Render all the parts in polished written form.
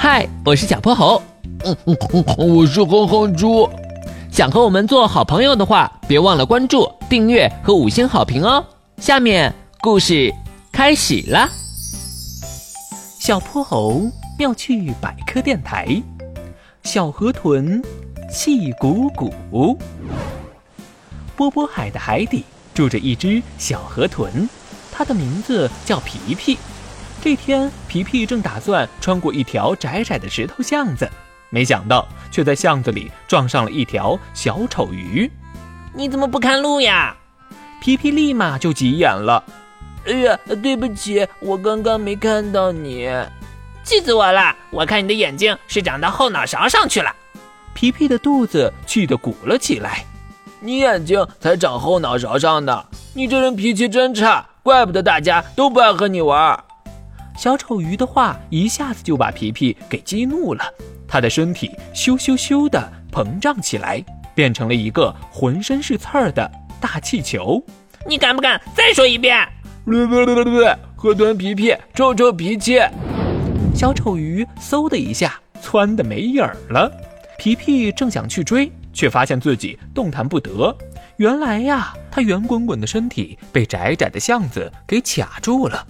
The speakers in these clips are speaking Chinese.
嗨，我是小泼猴。 我是哼哼猪。 想和我们做好朋友的话，别忘了关注、订阅和5星好评哦。下面故事开始啦。小泼猴妙趣百科电台，小河豚气鼓鼓。波波海的海底住着一只小河豚，它的名字叫皮皮。这天，皮皮正打算穿过一条窄窄的石头巷子，没想到却在巷子里撞上了一条小丑鱼。 你怎么不看路呀？ 皮皮立马就急眼了。 哎呀，对不起，我刚刚没看到你。气死我了！我看你的眼睛是长到后脑勺上去了。 皮皮的肚子气得鼓了起来。 你眼睛才长后脑勺上呢，你这人脾气真差，怪不得大家都不爱和你玩。 小丑鱼的话一下子就把皮皮给激怒了，他的身体咻咻咻地膨胀起来，变成了一个浑身是刺儿的大气球。 你敢不敢再说一遍？ 河豚皮皮，臭臭脾气。 小丑鱼嗖的一下窜得没影儿了。皮皮正想去追，却发现自己动弹不得。原来呀，他圆滚滚的身体被窄窄的巷子给卡住了。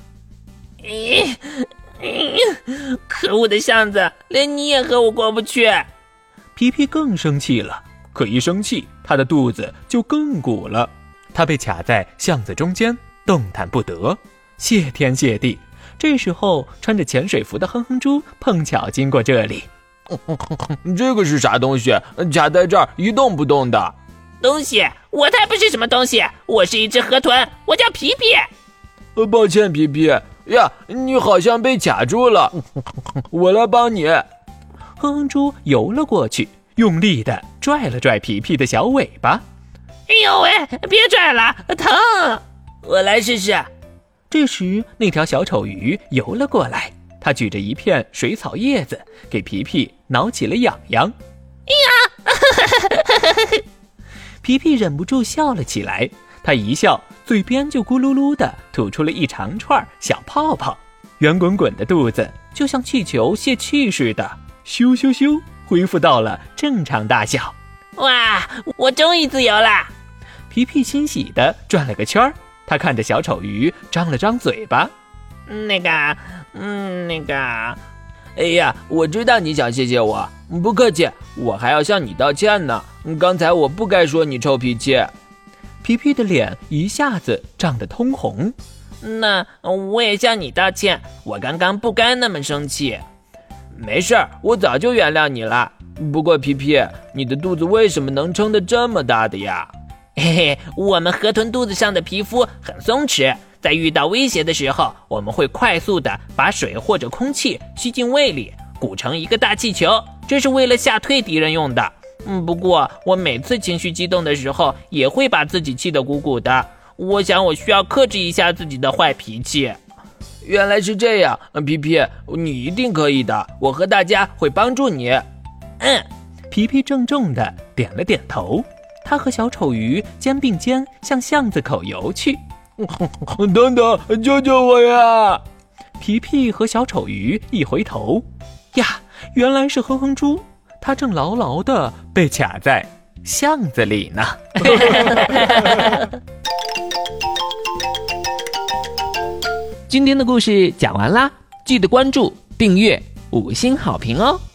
可恶的巷子，连你也和我过不去。 皮皮更生气了，可一生气，他的肚子就更鼓了。他被卡在巷子中间，动弹不得。谢天谢地，这时候穿着潜水服的哼哼猪碰巧经过这里。 这个是啥东西？卡在这儿一动不动的。 东西？我才不是什么东西，我是一只河豚，我叫皮皮。 抱歉，皮皮呀，你好像被卡住了，我来帮你。 哼哼猪游了过去，用力地拽了拽皮皮的小尾巴。 哎呦喂，别拽了，疼！我来试试。 这时，那条小丑鱼游了过来，它举着一片水草叶子，给皮皮挠起了痒痒。 哎呀！ 皮皮忍不住笑了起来，他一笑，嘴边就咕噜噜地吐出了一长串小泡泡，圆滚滚的肚子就像气球泄气似的，咻咻咻恢复到了正常大小。 哇，我终于自由了！ 皮皮欣喜地转了个圈儿，他看着小丑鱼张了张嘴巴。 那个， 哎呀，我知道你想谢谢我，不客气，我还要向你道歉呢。刚才我不该说你臭脾气。 皮皮的脸一下子涨得通红。 那我也向你道歉，我刚刚不该那么生气。 没事儿，我早就原谅你了。不过皮皮，你的肚子为什么能撑得这么大的呀？ 嘿嘿，我们河豚肚子上的皮肤很松弛，在遇到威胁的时候，我们会快速地把水或者空气吸进胃里，鼓成一个大气球，这是为了吓退敌人用的。不过我每次情绪激动的时候，也会把自己气得鼓鼓的。我想我需要克制一下自己的坏脾气。 原来是这样，皮皮，你一定可以的，我和大家会帮助你。 皮皮郑重地点了点头。他和小丑鱼肩并肩向巷子口游去。 等等，救救我呀！ 皮皮和小丑鱼一回头，呀，原来是哼哼猪，他正牢牢地被卡在巷子里呢。今天的故事讲完啦，记得关注、订阅、5星好评哦。